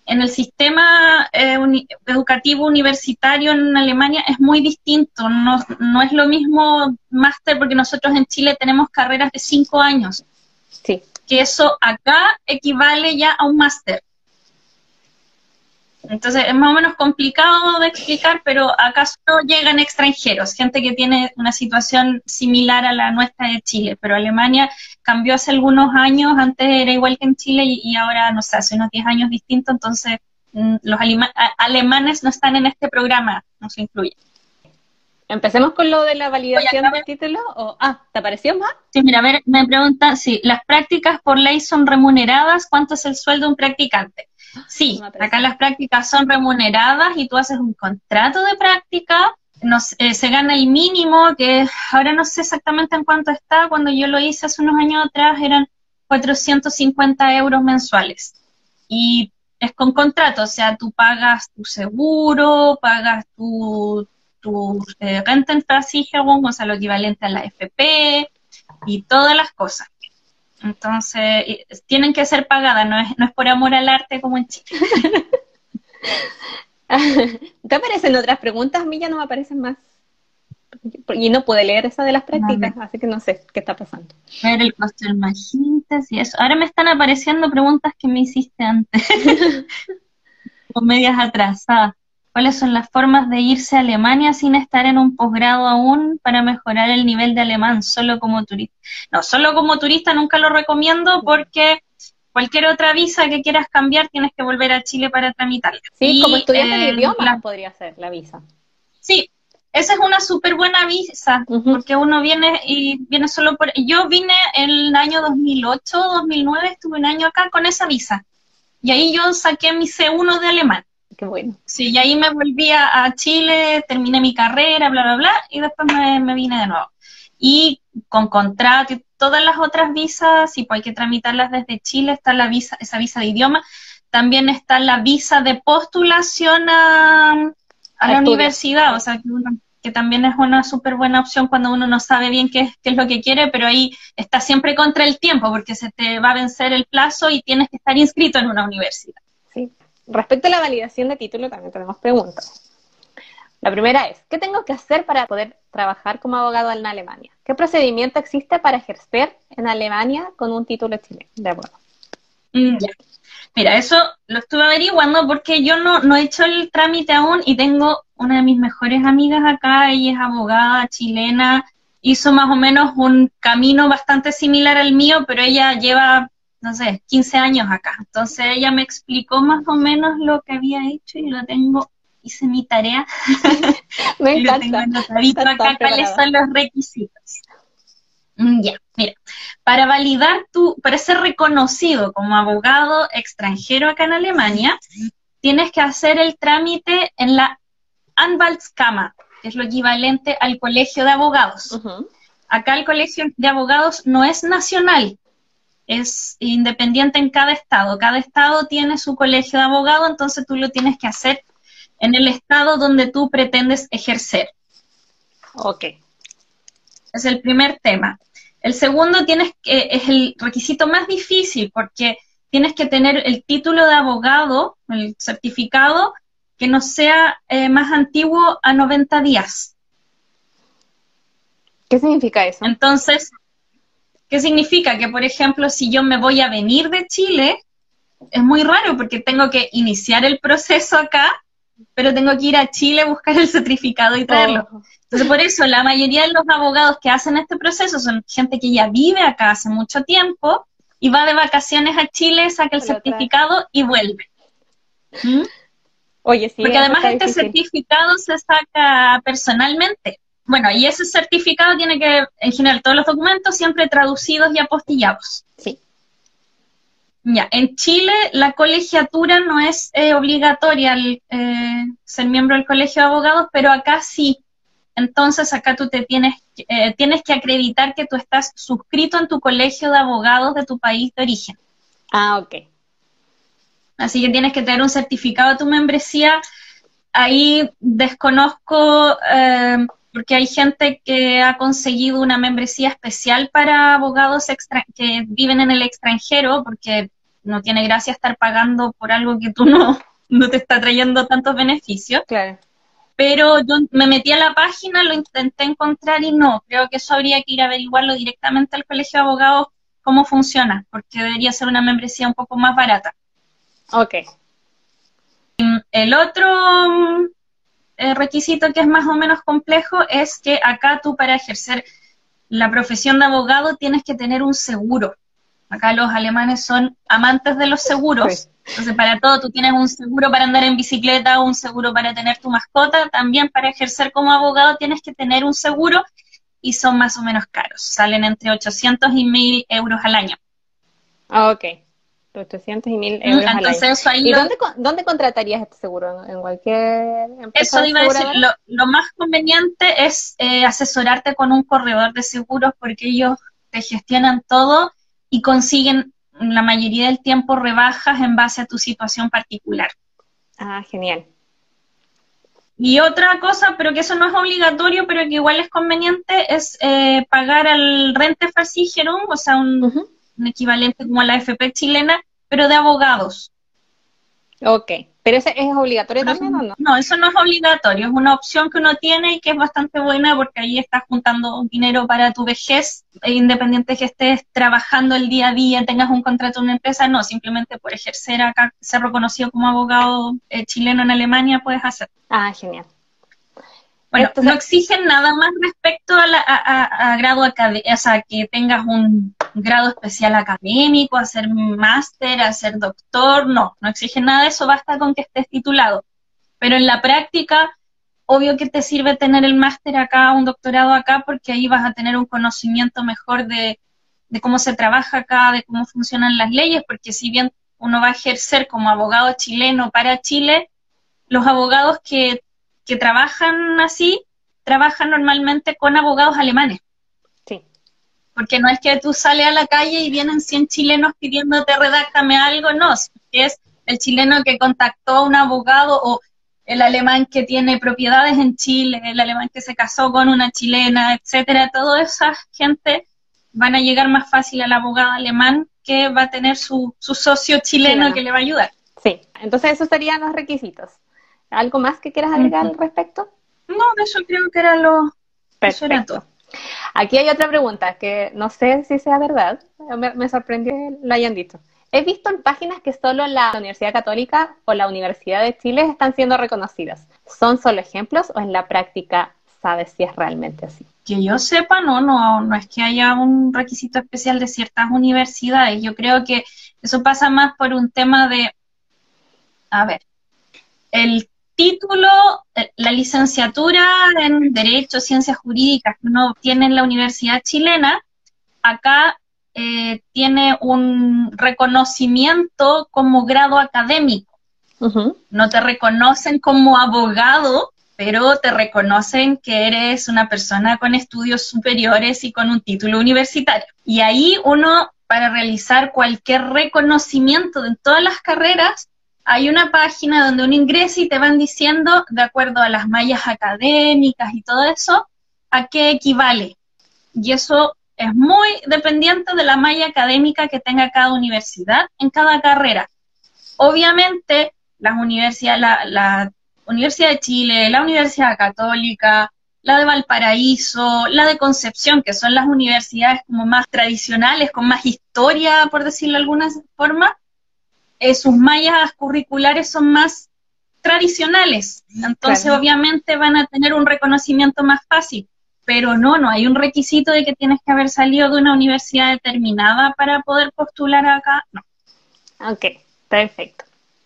en el sistema eh, uni educativo universitario en Alemania es muy distinto, no, no es lo mismo máster, porque nosotros en Chile tenemos carreras de cinco años, Sí. que eso acá equivale ya a un máster. Entonces es más o menos complicado de explicar, pero acá solo llegan extranjeros, gente que tiene una situación similar a la nuestra de Chile, pero Alemania cambió hace algunos años, antes era igual que en Chile y, y ahora, no sé, hace unos diez años distinto, entonces mm, los alema alemanes no están en este programa, no se incluyen. ¿Empecemos con lo de la validación Oye, del título? O, ah, ¿te apareció más? Sí, mira, a ver, me preguntan, sí, las prácticas por ley son remuneradas, ¿cuánto es el sueldo de un practicante? Sí, acá las prácticas son remuneradas y tú haces un contrato de práctica, nos, eh, se gana el mínimo, que ahora no sé exactamente en cuánto está, cuando yo lo hice hace unos años atrás eran cuatrocientos cincuenta euros mensuales. Y es con contrato, o sea, tú pagas tu seguro, pagas tu, tu eh, Rentenversicherung, o sea, lo equivalente a la F P y todas las cosas. Entonces, tienen que ser pagadas, no es, no es por amor al arte como en Chile. ¿Te aparecen otras preguntas? A mí ya no me aparecen más. Y no pude leer esa de las prácticas, así que no sé qué está pasando. Ver el costo del magíster y eso. Ahora me están apareciendo preguntas que me hiciste antes. O medias atrasadas. ¿Cuáles son las formas de irse a Alemania sin estar en un posgrado aún para mejorar el nivel de alemán solo como turista? No, solo como turista nunca lo recomiendo porque cualquier otra visa que quieras cambiar tienes que volver a Chile para tramitarla. Sí, y, como estudiante eh, de idioma la, podría ser la visa. Sí, esa es una súper buena visa, uh-huh. porque uno viene y viene solo por... Yo vine en el año dos mil ocho, dos mil nueve, estuve un año acá con esa visa. Y ahí yo saqué mi C uno de alemán. Qué bueno. Sí, y ahí me volví a Chile, terminé mi carrera, bla, bla, bla, y después me, me vine de nuevo. Y con contrato y todas las otras visas, sí, pues hay que tramitarlas desde Chile, está la visa, esa visa de idioma, también está la visa de postulación a, a la universidad, o sea, que, uno, que también es una súper buena opción cuando uno no sabe bien qué, qué es lo que quiere, pero ahí está siempre contra el tiempo, porque se te va a vencer el plazo y tienes que estar inscrito en una universidad. Sí. Respecto a la validación de título, también tenemos preguntas. La primera es, ¿qué tengo que hacer para poder trabajar como abogado en Alemania? ¿Qué procedimiento existe para ejercer en Alemania con un título chileno de abogado? Mm, ya. Mira, eso lo estuve averiguando porque yo no, no he hecho el trámite aún y tengo una de mis mejores amigas acá, ella es abogada chilena, hizo más o menos un camino bastante similar al mío, pero ella lleva, no sé, quince años acá. Entonces ella me explicó más o menos lo que había hecho y lo tengo, hice mi tarea. Me encanta. Tengo anotadito acá cuáles son los requisitos. Ya, mira, para validar tu, para ser reconocido como abogado extranjero acá en Alemania, tienes que hacer el trámite en la Anwaltskammer, que es lo equivalente al colegio de abogados. Uh-huh. Acá el colegio de abogados no es nacional, es independiente en cada estado. Cada estado tiene su colegio de abogados, entonces tú lo tienes que hacer en el estado donde tú pretendes ejercer. Ok. Es el primer tema. El segundo tienes que, es el requisito más difícil porque tienes que tener el título de abogado, el certificado, que no sea eh, más antiguo a noventa días. ¿Qué significa eso? Entonces, ¿qué significa? Que, por ejemplo, si yo me voy a venir de Chile, es muy raro porque tengo que iniciar el proceso acá, pero tengo que ir a Chile a buscar el certificado y traerlo. Oh. Entonces, por eso, la mayoría de los abogados que hacen este proceso son gente que ya vive acá hace mucho tiempo y va de vacaciones a Chile, saca el certificado trae. Y vuelve. ¿Mm? Oye, sí. Porque además este difícil. certificado se saca personalmente. Bueno, y ese certificado tiene que, en general, todos los documentos siempre traducidos y apostillados. Sí. Ya, en Chile la colegiatura no es eh, obligatoria el, eh, ser miembro del colegio de abogados, pero acá sí. Entonces acá tú te tienes, eh, tienes que acreditar que tú estás suscrito en tu colegio de abogados de tu país de origen. Ah, ok. Así que tienes que tener un certificado de tu membresía. Ahí desconozco, eh, porque hay gente que ha conseguido una membresía especial para abogados extra que viven en el extranjero, porque no tiene gracia estar pagando por algo que tú no, no te está trayendo tantos beneficios. Claro. Pero yo me metí a la página, lo intenté encontrar y no, creo que eso habría que ir a averiguarlo directamente al Colegio de Abogados cómo funciona, porque debería ser una membresía un poco más barata. Ok. El otro eh, requisito que es más o menos complejo es que acá tú para ejercer la profesión de abogado tienes que tener un seguro. Acá los alemanes son amantes de los seguros. Sí. Entonces, para todo, tú tienes un seguro para andar en bicicleta, un seguro para tener tu mascota. También para ejercer como abogado tienes que tener un seguro y son más o menos caros. Salen entre ochocientos y mil euros al año. Ah, ok. ochocientos y mil euros Entonces, al año. Eso ahí ¿Y lo... dónde, dónde contratarías este seguro? ¿En cualquier empresa? Eso iba a decir, lo, lo más conveniente es eh, asesorarte con un corredor de seguros porque ellos te gestionan todo y consiguen la mayoría del tiempo rebajas en base a tu situación particular. Ah, genial. Y otra cosa, pero que eso no es obligatorio, pero que igual es conveniente, es eh, pagar al Renteversicherung, o sea, un, uh-huh. un equivalente como a la A F P chilena, pero de abogados. Ok, ¿pero ese es obligatorio pero también eso, o no? No, eso no es obligatorio, es una opción que uno tiene y que es bastante buena porque ahí estás juntando dinero para tu vejez, e independiente que estés trabajando el día a día, tengas un contrato en una empresa, no, simplemente por ejercer acá, ser reconocido como abogado eh, chileno en Alemania puedes hacer. Ah, genial. Bueno, Entonces, no exigen nada más respecto a, la, a, a, a grado académico, o sea, que tengas un grado especial académico, hacer máster, hacer doctor, no, no exigen nada de eso, basta con que estés titulado. Pero en la práctica, obvio que te sirve tener el máster acá, un doctorado acá, porque ahí vas a tener un conocimiento mejor de, de cómo se trabaja acá, de cómo funcionan las leyes, porque si bien uno va a ejercer como abogado chileno para Chile, los abogados que que trabajan así, trabajan normalmente con abogados alemanes. Sí. Porque no es que tú sales a la calle y vienen cien chilenos pidiéndote redáctame algo, no, es el chileno que contactó a un abogado o el alemán que tiene propiedades en Chile, el alemán que se casó con una chilena, etcétera. Toda esa gente van a llegar más fácil al abogado alemán que va a tener su, su socio chileno sí, no. que le va a ayudar. Sí, entonces esos serían los requisitos. ¿Algo más que quieras agregar uh-huh. al respecto? No, eso creo que era lo... Perfecto. Eso era todo. Aquí hay otra pregunta que no sé si sea verdad, me, me sorprendió que lo hayan dicho. He visto en páginas que solo la Universidad Católica o la Universidad de Chile están siendo reconocidas. ¿Son solo ejemplos o en la práctica sabes si es realmente así? Que yo sepa, no, no, no es que haya un requisito especial de ciertas universidades. Yo creo que eso pasa más por un tema de, a ver, el título, la licenciatura en Derecho, Ciencias Jurídicas que uno obtiene en la Universidad Chilena, acá eh, tiene un reconocimiento como grado académico. Uh-huh. No te reconocen como abogado, pero te reconocen que eres una persona con estudios superiores y con un título universitario. Y ahí uno, para realizar cualquier reconocimiento de todas las carreras, hay una página donde uno ingresa y te van diciendo, de acuerdo a las mallas académicas y todo eso, a qué equivale. Y eso es muy dependiente de la malla académica que tenga cada universidad en cada carrera. Obviamente, las universidades, la, la Universidad de Chile, la Universidad Católica, la de Valparaíso, la de Concepción, que son las universidades como más tradicionales, con más historia, por decirlo de alguna forma, Eh, sus mallas curriculares son más tradicionales, entonces claro. obviamente van a tener un reconocimiento más fácil, pero no, no hay un requisito de que tienes que haber salido de una universidad determinada para poder postular acá, no. Ok, perfecto.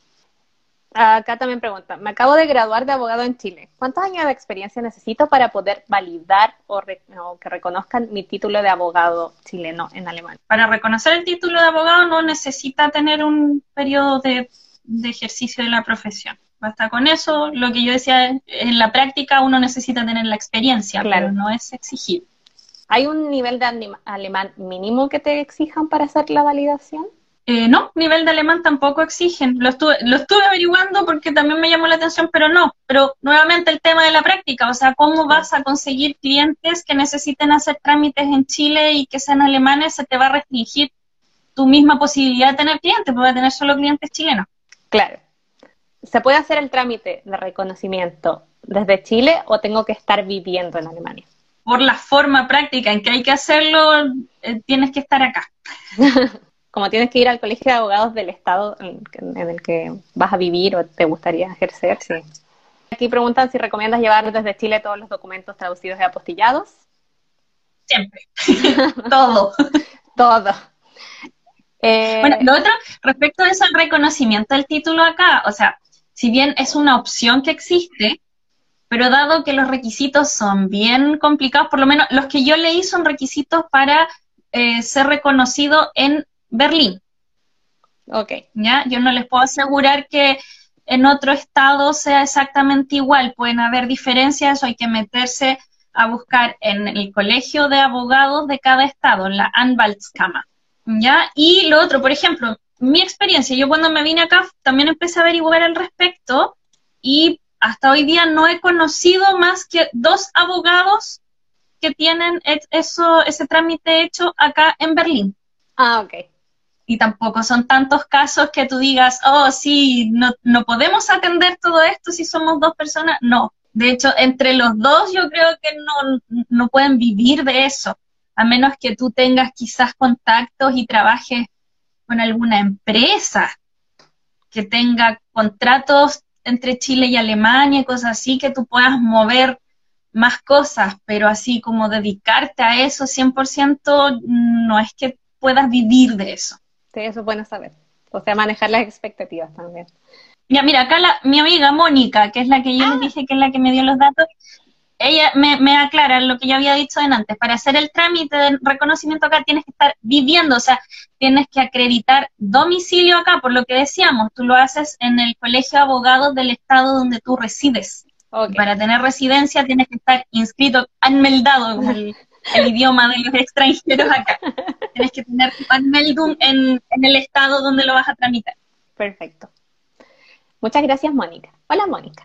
Acá también pregunta, me acabo de graduar de abogado en Chile, ¿cuántos años de experiencia necesito para poder validar o, re, o que reconozcan mi título de abogado chileno en Alemania? Para reconocer el título de abogado no necesita tener un periodo de, de ejercicio de la profesión. Basta con eso, lo que yo decía, en la práctica uno necesita tener la experiencia, claro. pero no es exigible. ¿Hay un nivel de alemán mínimo que te exijan para hacer la validación? Eh, no, nivel de alemán tampoco exigen. Lo estuve, lo estuve averiguando porque también me llamó la atención, pero no. Pero nuevamente el tema de la práctica, o sea, ¿cómo vas a conseguir clientes que necesiten hacer trámites en Chile y que sean alemanes? Se te va a restringir tu misma posibilidad de tener clientes, porque va a tener solo clientes chilenos. Claro. ¿Se puede hacer el trámite de reconocimiento desde Chile o tengo que estar viviendo en Alemania? Por la forma práctica en que hay que hacerlo, eh, tienes que estar acá. Como tienes que ir al colegio de abogados del estado en, en el que vas a vivir o te gustaría ejercer, sí. Aquí preguntan si recomiendas llevar desde Chile todos los documentos traducidos y apostillados. Siempre. Todo. Todo. Eh... Bueno, lo otro, respecto a eso, el reconocimiento del título acá, o sea, si bien es una opción que existe, pero dado que los requisitos son bien complicados, por lo menos los que yo leí son requisitos para eh, ser reconocido en Berlín. Ok. ¿Ya? Yo no les puedo asegurar que en otro estado sea exactamente igual, pueden haber diferencias, eso hay que meterse a buscar en el colegio de abogados de cada estado, en la Anwaltskammer, ¿ya? Y lo otro, por ejemplo, mi experiencia, yo cuando me vine acá también empecé a averiguar al respecto y hasta hoy día no he conocido más que dos abogados que tienen eso, ese trámite hecho acá en Berlín. Ah, ok. Y tampoco son tantos casos que tú digas, oh, sí, no, no podemos atender todo esto si somos dos personas. No, de hecho, entre los dos yo creo que no, no pueden vivir de eso, a menos que tú tengas quizás contactos y trabajes con alguna empresa que tenga contratos entre Chile y Alemania y cosas así, que tú puedas mover más cosas, pero así como dedicarte a eso cien por ciento, no es que puedas vivir de eso. Sí, eso es bueno saber. O sea, manejar las expectativas también. Ya, mira, acá la, mi amiga Mónica, que es la que yo ah. les dije que es la que me dio los datos, ella me, me aclara lo que yo había dicho en antes. Para hacer el trámite de reconocimiento acá tienes que estar viviendo, o sea, tienes que acreditar domicilio acá, por lo que decíamos, tú lo haces en el colegio de abogados del estado donde tú resides. Okay. Para tener residencia tienes que estar inscrito, anmeldado, como el, el idioma de los extranjeros acá. Tienes que tener tu anmeldung en, en el estado donde lo vas a tramitar. Perfecto. Muchas gracias, Mónica. Hola, Mónica.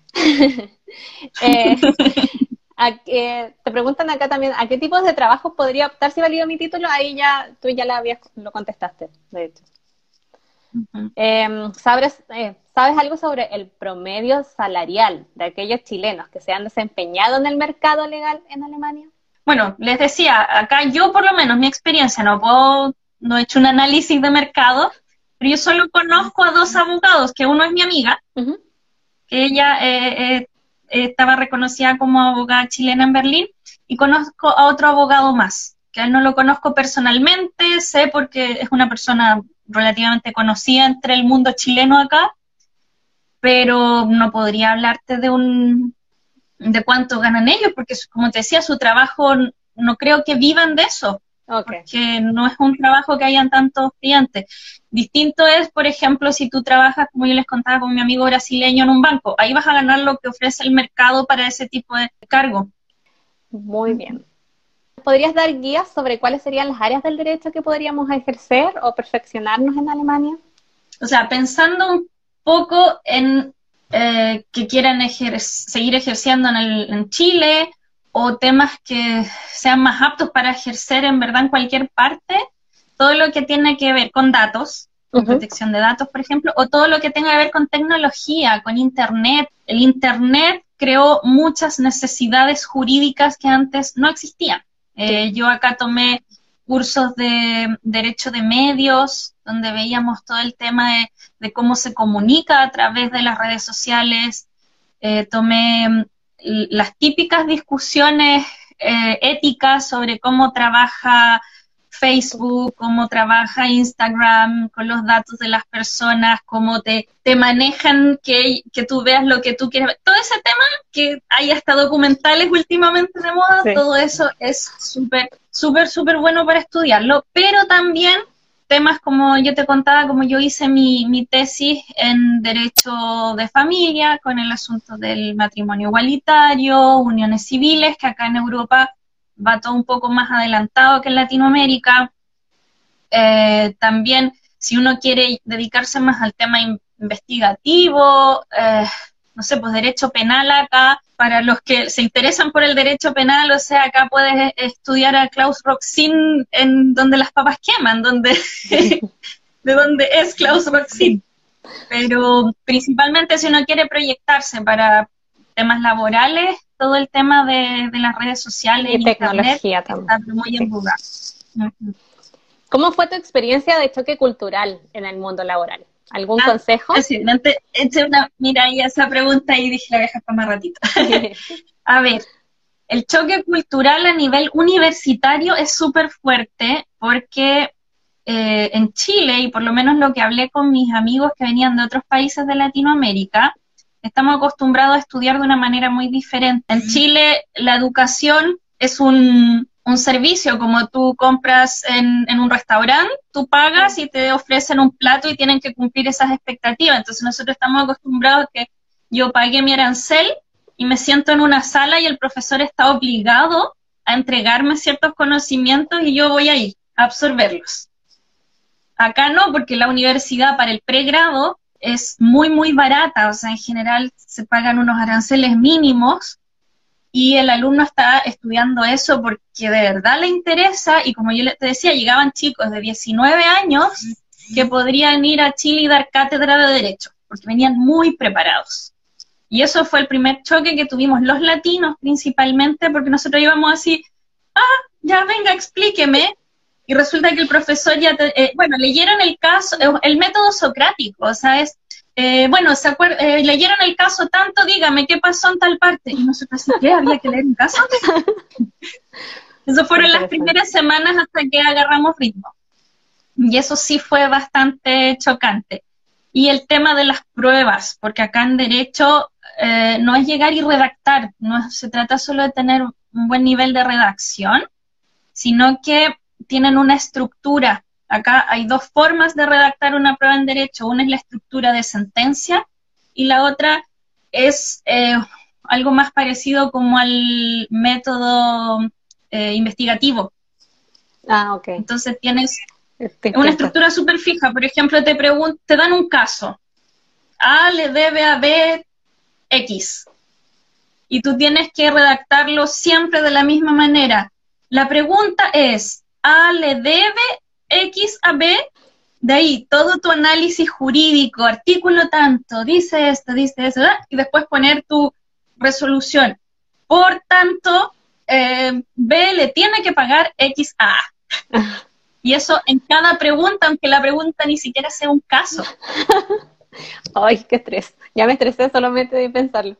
eh, a, eh, te preguntan acá también, ¿a qué tipos de trabajos podría optar si valido mi título? Ahí ya, tú ya la habías, lo contestaste, de hecho. Uh-huh. eh, ¿sabes, eh, ¿Sabes algo sobre el promedio salarial de aquellos chilenos que se han desempeñado en el mercado legal en Alemania? Bueno, les decía, acá yo por lo menos, mi experiencia, no puedo, no he hecho un análisis de mercado, pero yo solo conozco a dos abogados, que uno es mi amiga, uh-huh. que ella eh, eh, estaba reconocida como abogada chilena en Berlín, y conozco a otro abogado más, que a él no lo conozco personalmente, sé porque es una persona relativamente conocida entre el mundo chileno acá, pero no podría hablarte de un de cuánto ganan ellos, porque como te decía, su trabajo no creo que vivan de eso, okay. porque no es un trabajo que hayan tantos clientes. Distinto es, por ejemplo, si tú trabajas, como yo les contaba con mi amigo brasileño en un banco, ahí vas a ganar lo que ofrece el mercado para ese tipo de cargo. Muy bien. ¿Podrías dar guías sobre cuáles serían las áreas del derecho que podríamos ejercer o perfeccionarnos en Alemania? O sea, pensando un poco en eh, que quieran ejer- seguir ejerciendo en, el, en Chile, o temas que sean más aptos para ejercer en verdad en cualquier parte, todo lo que tiene que ver con datos, con uh-huh. protección de datos, por ejemplo, o todo lo que tenga que ver con tecnología, con Internet. El Internet creó muchas necesidades jurídicas que antes no existían. Eh, yo acá tomé cursos de derecho de medios, donde veíamos todo el tema de, de cómo se comunica a través de las redes sociales. Eh, tomé las típicas discusiones eh, éticas sobre cómo trabaja Facebook, cómo trabaja Instagram con los datos de las personas, cómo te, te manejan que, que tú veas lo que tú quieres ver. Todo ese tema, que hay hasta documentales últimamente de moda, sí. Todo eso es súper, súper, súper bueno para estudiarlo, pero también temas como yo te contaba, como yo hice mi, mi tesis en Derecho de Familia, con el asunto del matrimonio igualitario, uniones civiles, que acá en Europa va todo un poco más adelantado que en Latinoamérica. Eh, también, si uno quiere dedicarse más al tema investigativo, eh, no sé, pues derecho penal acá, para los que se interesan por el derecho penal, o sea, acá puedes estudiar a Klaus Roxin en donde las papas queman, donde de donde es Klaus Roxin. Pero principalmente si uno quiere proyectarse para temas laborales, todo el tema de, de las redes sociales y tecnología también. Está muy en boga. Uh-huh. ¿Cómo fue tu experiencia de choque cultural en el mundo laboral? ¿Algún ah, consejo? Sí, antes, una, mira, ahí esa pregunta y dije la voy a dejar para más ratito. A ver, el choque cultural a nivel universitario es súper fuerte porque eh, en Chile, y por lo menos lo que hablé con mis amigos que venían de otros países de Latinoamérica, estamos acostumbrados a estudiar de una manera muy diferente. En Chile la educación es un, un servicio, como tú compras en, en un restaurante, tú pagas y te ofrecen un plato y tienen que cumplir esas expectativas. Entonces nosotros estamos acostumbrados a que yo pagué mi arancel y me siento en una sala y el profesor está obligado a entregarme ciertos conocimientos y yo voy ahí a absorberlos. Acá no, porque la universidad para el pregrado es muy, muy barata, o sea, en general se pagan unos aranceles mínimos y el alumno está estudiando eso porque de verdad le interesa, y como yo te decía, llegaban chicos de diecinueve años que podrían ir a Chile y dar cátedra de Derecho, porque venían muy preparados. Y eso fue el primer choque que tuvimos los latinos principalmente, porque nosotros íbamos así, ah, ya venga, explíqueme, y resulta que el profesor ya, te, eh, bueno, leyeron el caso, eh, el método socrático, o sea, es, eh, bueno, se acuer- eh, leyeron el caso tanto, dígame, ¿qué pasó en tal parte? Y nosotros, ¿qué? ¿Había que leer un caso? Eso fueron las primeras semanas hasta que agarramos ritmo. Y eso sí fue bastante chocante. Y el tema de las pruebas, porque acá en Derecho eh, no es llegar y redactar, no se trata solo de tener un buen nivel de redacción, sino que tienen una estructura. Acá hay dos formas de redactar una prueba en Derecho. Una es la estructura de sentencia y la otra es eh, algo más parecido como al método eh, investigativo. Ah, ok. Entonces tienes una estructura súper fija. Por ejemplo, te, pregun- te dan un caso. A le debe a B X. Y tú tienes que redactarlo siempre de la misma manera. La pregunta es, A le debe X a B, de ahí todo tu análisis jurídico, artículo tanto, dice esto, dice eso, ¿verdad? Y después poner tu resolución. Por tanto, eh, B le tiene que pagar X a A. Y eso en cada pregunta, aunque la pregunta ni siquiera sea un caso. Ay, qué estrés. Ya me estresé solamente de pensarlo.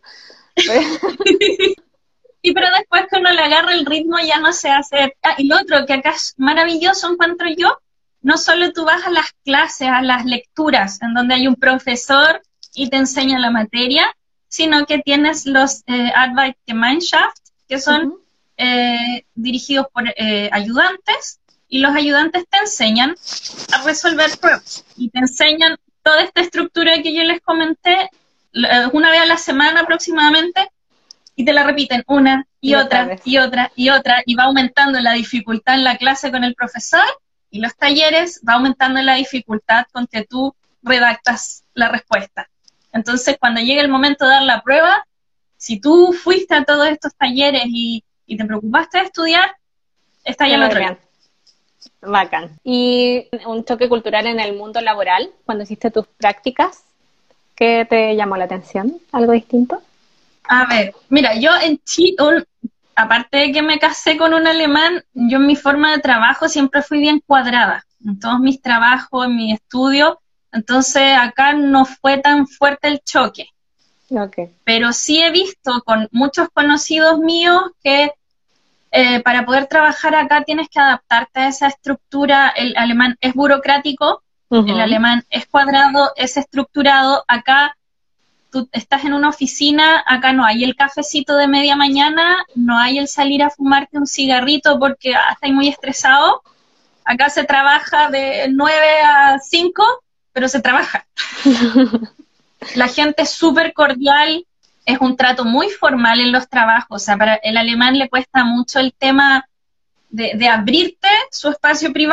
Sí, pero después que uno le agarra el ritmo ya no se hace. Ah, y lo otro que acá es maravilloso, encuentro yo, no solo tú vas a las clases, a las lecturas, en donde hay un profesor y te enseña la materia, sino que tienes los eh, Arbeitsgemeinschaft, que son uh-huh. eh, dirigidos por eh, ayudantes, y los ayudantes te enseñan a resolver pruebas, y te enseñan toda esta estructura que yo les comenté, una vez a la semana aproximadamente, y te la repiten una y, y otra vez. y otra y otra, y va aumentando la dificultad en la clase con el profesor, y los talleres va aumentando la dificultad con que tú redactas la respuesta. Entonces, cuando llegue el momento de dar la prueba, si tú fuiste a todos estos talleres y, y te preocupaste de estudiar, está ya el otro día. Bacán. ¿Y un choque cultural en el mundo laboral, cuando hiciste tus prácticas? ¿Qué te llamó la atención? ¿Algo distinto? A ver, mira, yo en Chile, aparte de que me casé con un alemán, yo en mi forma de trabajo siempre fui bien cuadrada, en todos mis trabajos, en mi estudio, entonces acá no fue tan fuerte el choque. Okay. Pero sí he visto con muchos conocidos míos que eh, para poder trabajar acá tienes que adaptarte a esa estructura. El alemán es burocrático, uh-huh. El alemán es cuadrado, es estructurado. Acá tú estás en una oficina, acá no hay el cafecito de media mañana, no hay el salir a fumarte un cigarrito porque estás muy estresado. Acá se trabaja de nueve a cinco, pero se trabaja. La gente es súper cordial, es un trato muy formal en los trabajos. O sea, para el alemán le cuesta mucho el tema de, de abrirte su espacio privado.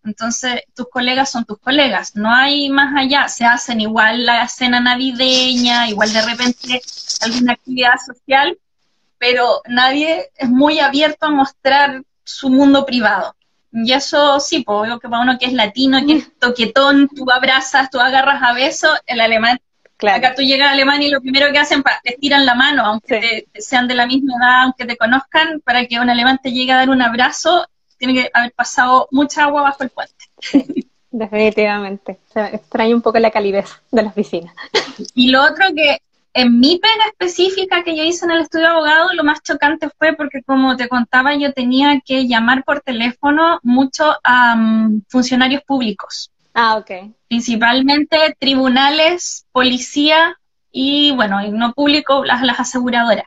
Entonces, tus colegas son tus colegas, no hay más allá. Se hacen igual la cena navideña, igual de repente alguna actividad social, pero nadie es muy abierto a mostrar su mundo privado. Y eso sí, pues obvio que para uno que es latino, que es toquetón, tú abrazas, tú agarras a besos, el alemán, claro. Acá tú llegas a Alemania y lo primero que hacen, te tiran la mano, aunque sí. te, sean de la misma edad, aunque te conozcan, para que un alemán te llegue a dar un abrazo, tiene que haber pasado mucha agua bajo el puente. Sí, definitivamente. Se extraña un poco la calidez de la oficina. Y lo otro que en mi pega específica que yo hice en el estudio de abogado, lo más chocante fue porque, como te contaba, yo tenía que llamar por teléfono mucho a um, funcionarios públicos. Ah, ok. Principalmente tribunales, policía y, bueno, y no público, las, las aseguradoras.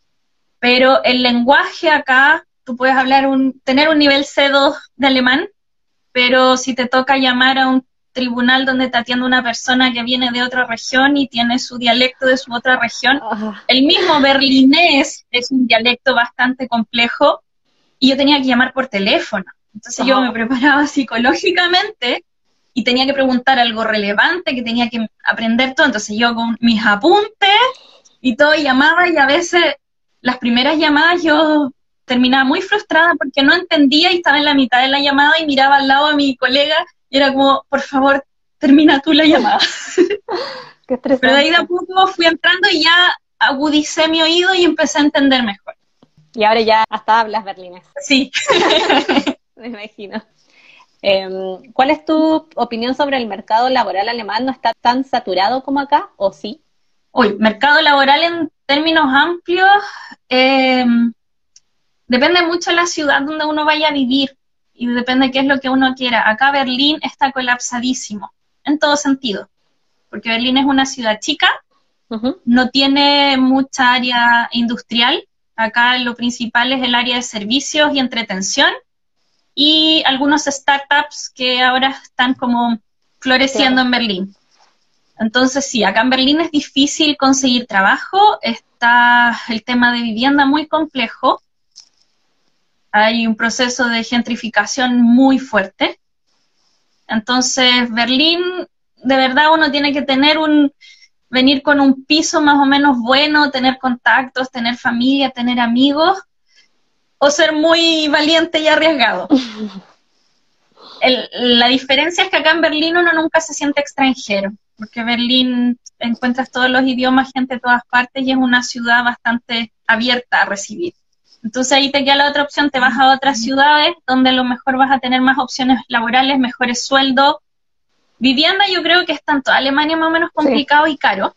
Pero el lenguaje acá, tú puedes hablar un, tener un nivel C dos de alemán, pero si te toca llamar a un tribunal donde te atiende una persona que viene de otra región y tiene su dialecto de su otra región, uh. el mismo berlinés es un dialecto bastante complejo y yo tenía que llamar por teléfono. Entonces uh. yo me preparaba psicológicamente y tenía que preguntar algo relevante, que tenía que aprender todo. Entonces yo con mis apuntes y todo llamaba, y a veces las primeras llamadas yo terminaba muy frustrada porque no entendía y estaba en la mitad de la llamada y miraba al lado a mi colega y era como, por favor, termina tú la llamada. Qué estresante. Pero de ahí de a poco fui entrando y ya agudicé mi oído y empecé a entender mejor. Y ahora ya hasta hablas berlinés. Sí. Me imagino. Eh, ¿Cuál es tu opinión sobre el mercado laboral alemán? ¿No está tan saturado como acá, o sí? Uy, mercado laboral en términos amplios, eh, depende mucho de la ciudad donde uno vaya a vivir y depende de qué es lo que uno quiera. Acá Berlín está colapsadísimo, en todo sentido, porque Berlín es una ciudad chica, uh-huh. no tiene mucha área industrial. Acá lo principal es el área de servicios y entretención, y algunos startups que ahora están como floreciendo, claro, en Berlín. Entonces sí, acá en Berlín es difícil conseguir trabajo, está el tema de vivienda muy complejo, hay un proceso de gentrificación muy fuerte. Entonces Berlín, de verdad uno tiene que tener un, venir con un piso más o menos bueno, tener contactos, tener familia, tener amigos, o ser muy valiente y arriesgado. El, la diferencia es que acá en Berlín uno nunca se siente extranjero, porque en Berlín encuentras todos los idiomas, gente de todas partes, y es una ciudad bastante abierta a recibir. Entonces ahí te queda la otra opción, te vas a otras ciudades donde a lo mejor vas a tener más opciones laborales, mejores sueldos. Vivienda yo creo que es tanto Alemania más o menos complicado, sí, y caro.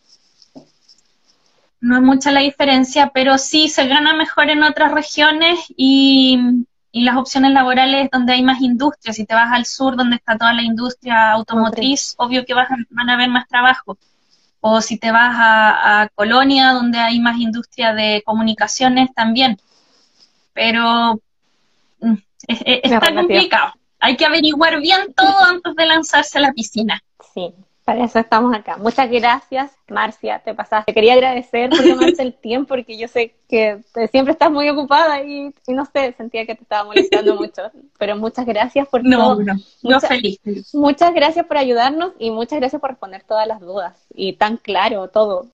No es mucha la diferencia, pero sí se gana mejor en otras regiones y, y las opciones laborales donde hay más industria. Si te vas al sur donde está toda la industria automotriz, okay, obvio que vas a, van a haber más trabajo. O si te vas a, a Colonia donde hay más industria de comunicaciones también. Pero es, es, está complicado. Hay que averiguar bien todo antes de lanzarse a la piscina. Sí. Para eso estamos acá. Muchas gracias, Marcia, te pasaste. Te quería agradecer por tomarte el tiempo, porque yo sé que te, siempre estás muy ocupada y, y no sé, sentía que te estaba molestando mucho. Pero muchas gracias por no, todo. No, no, mucha, feliz. Muchas gracias por ayudarnos y muchas gracias por responder todas las dudas. Y tan claro todo.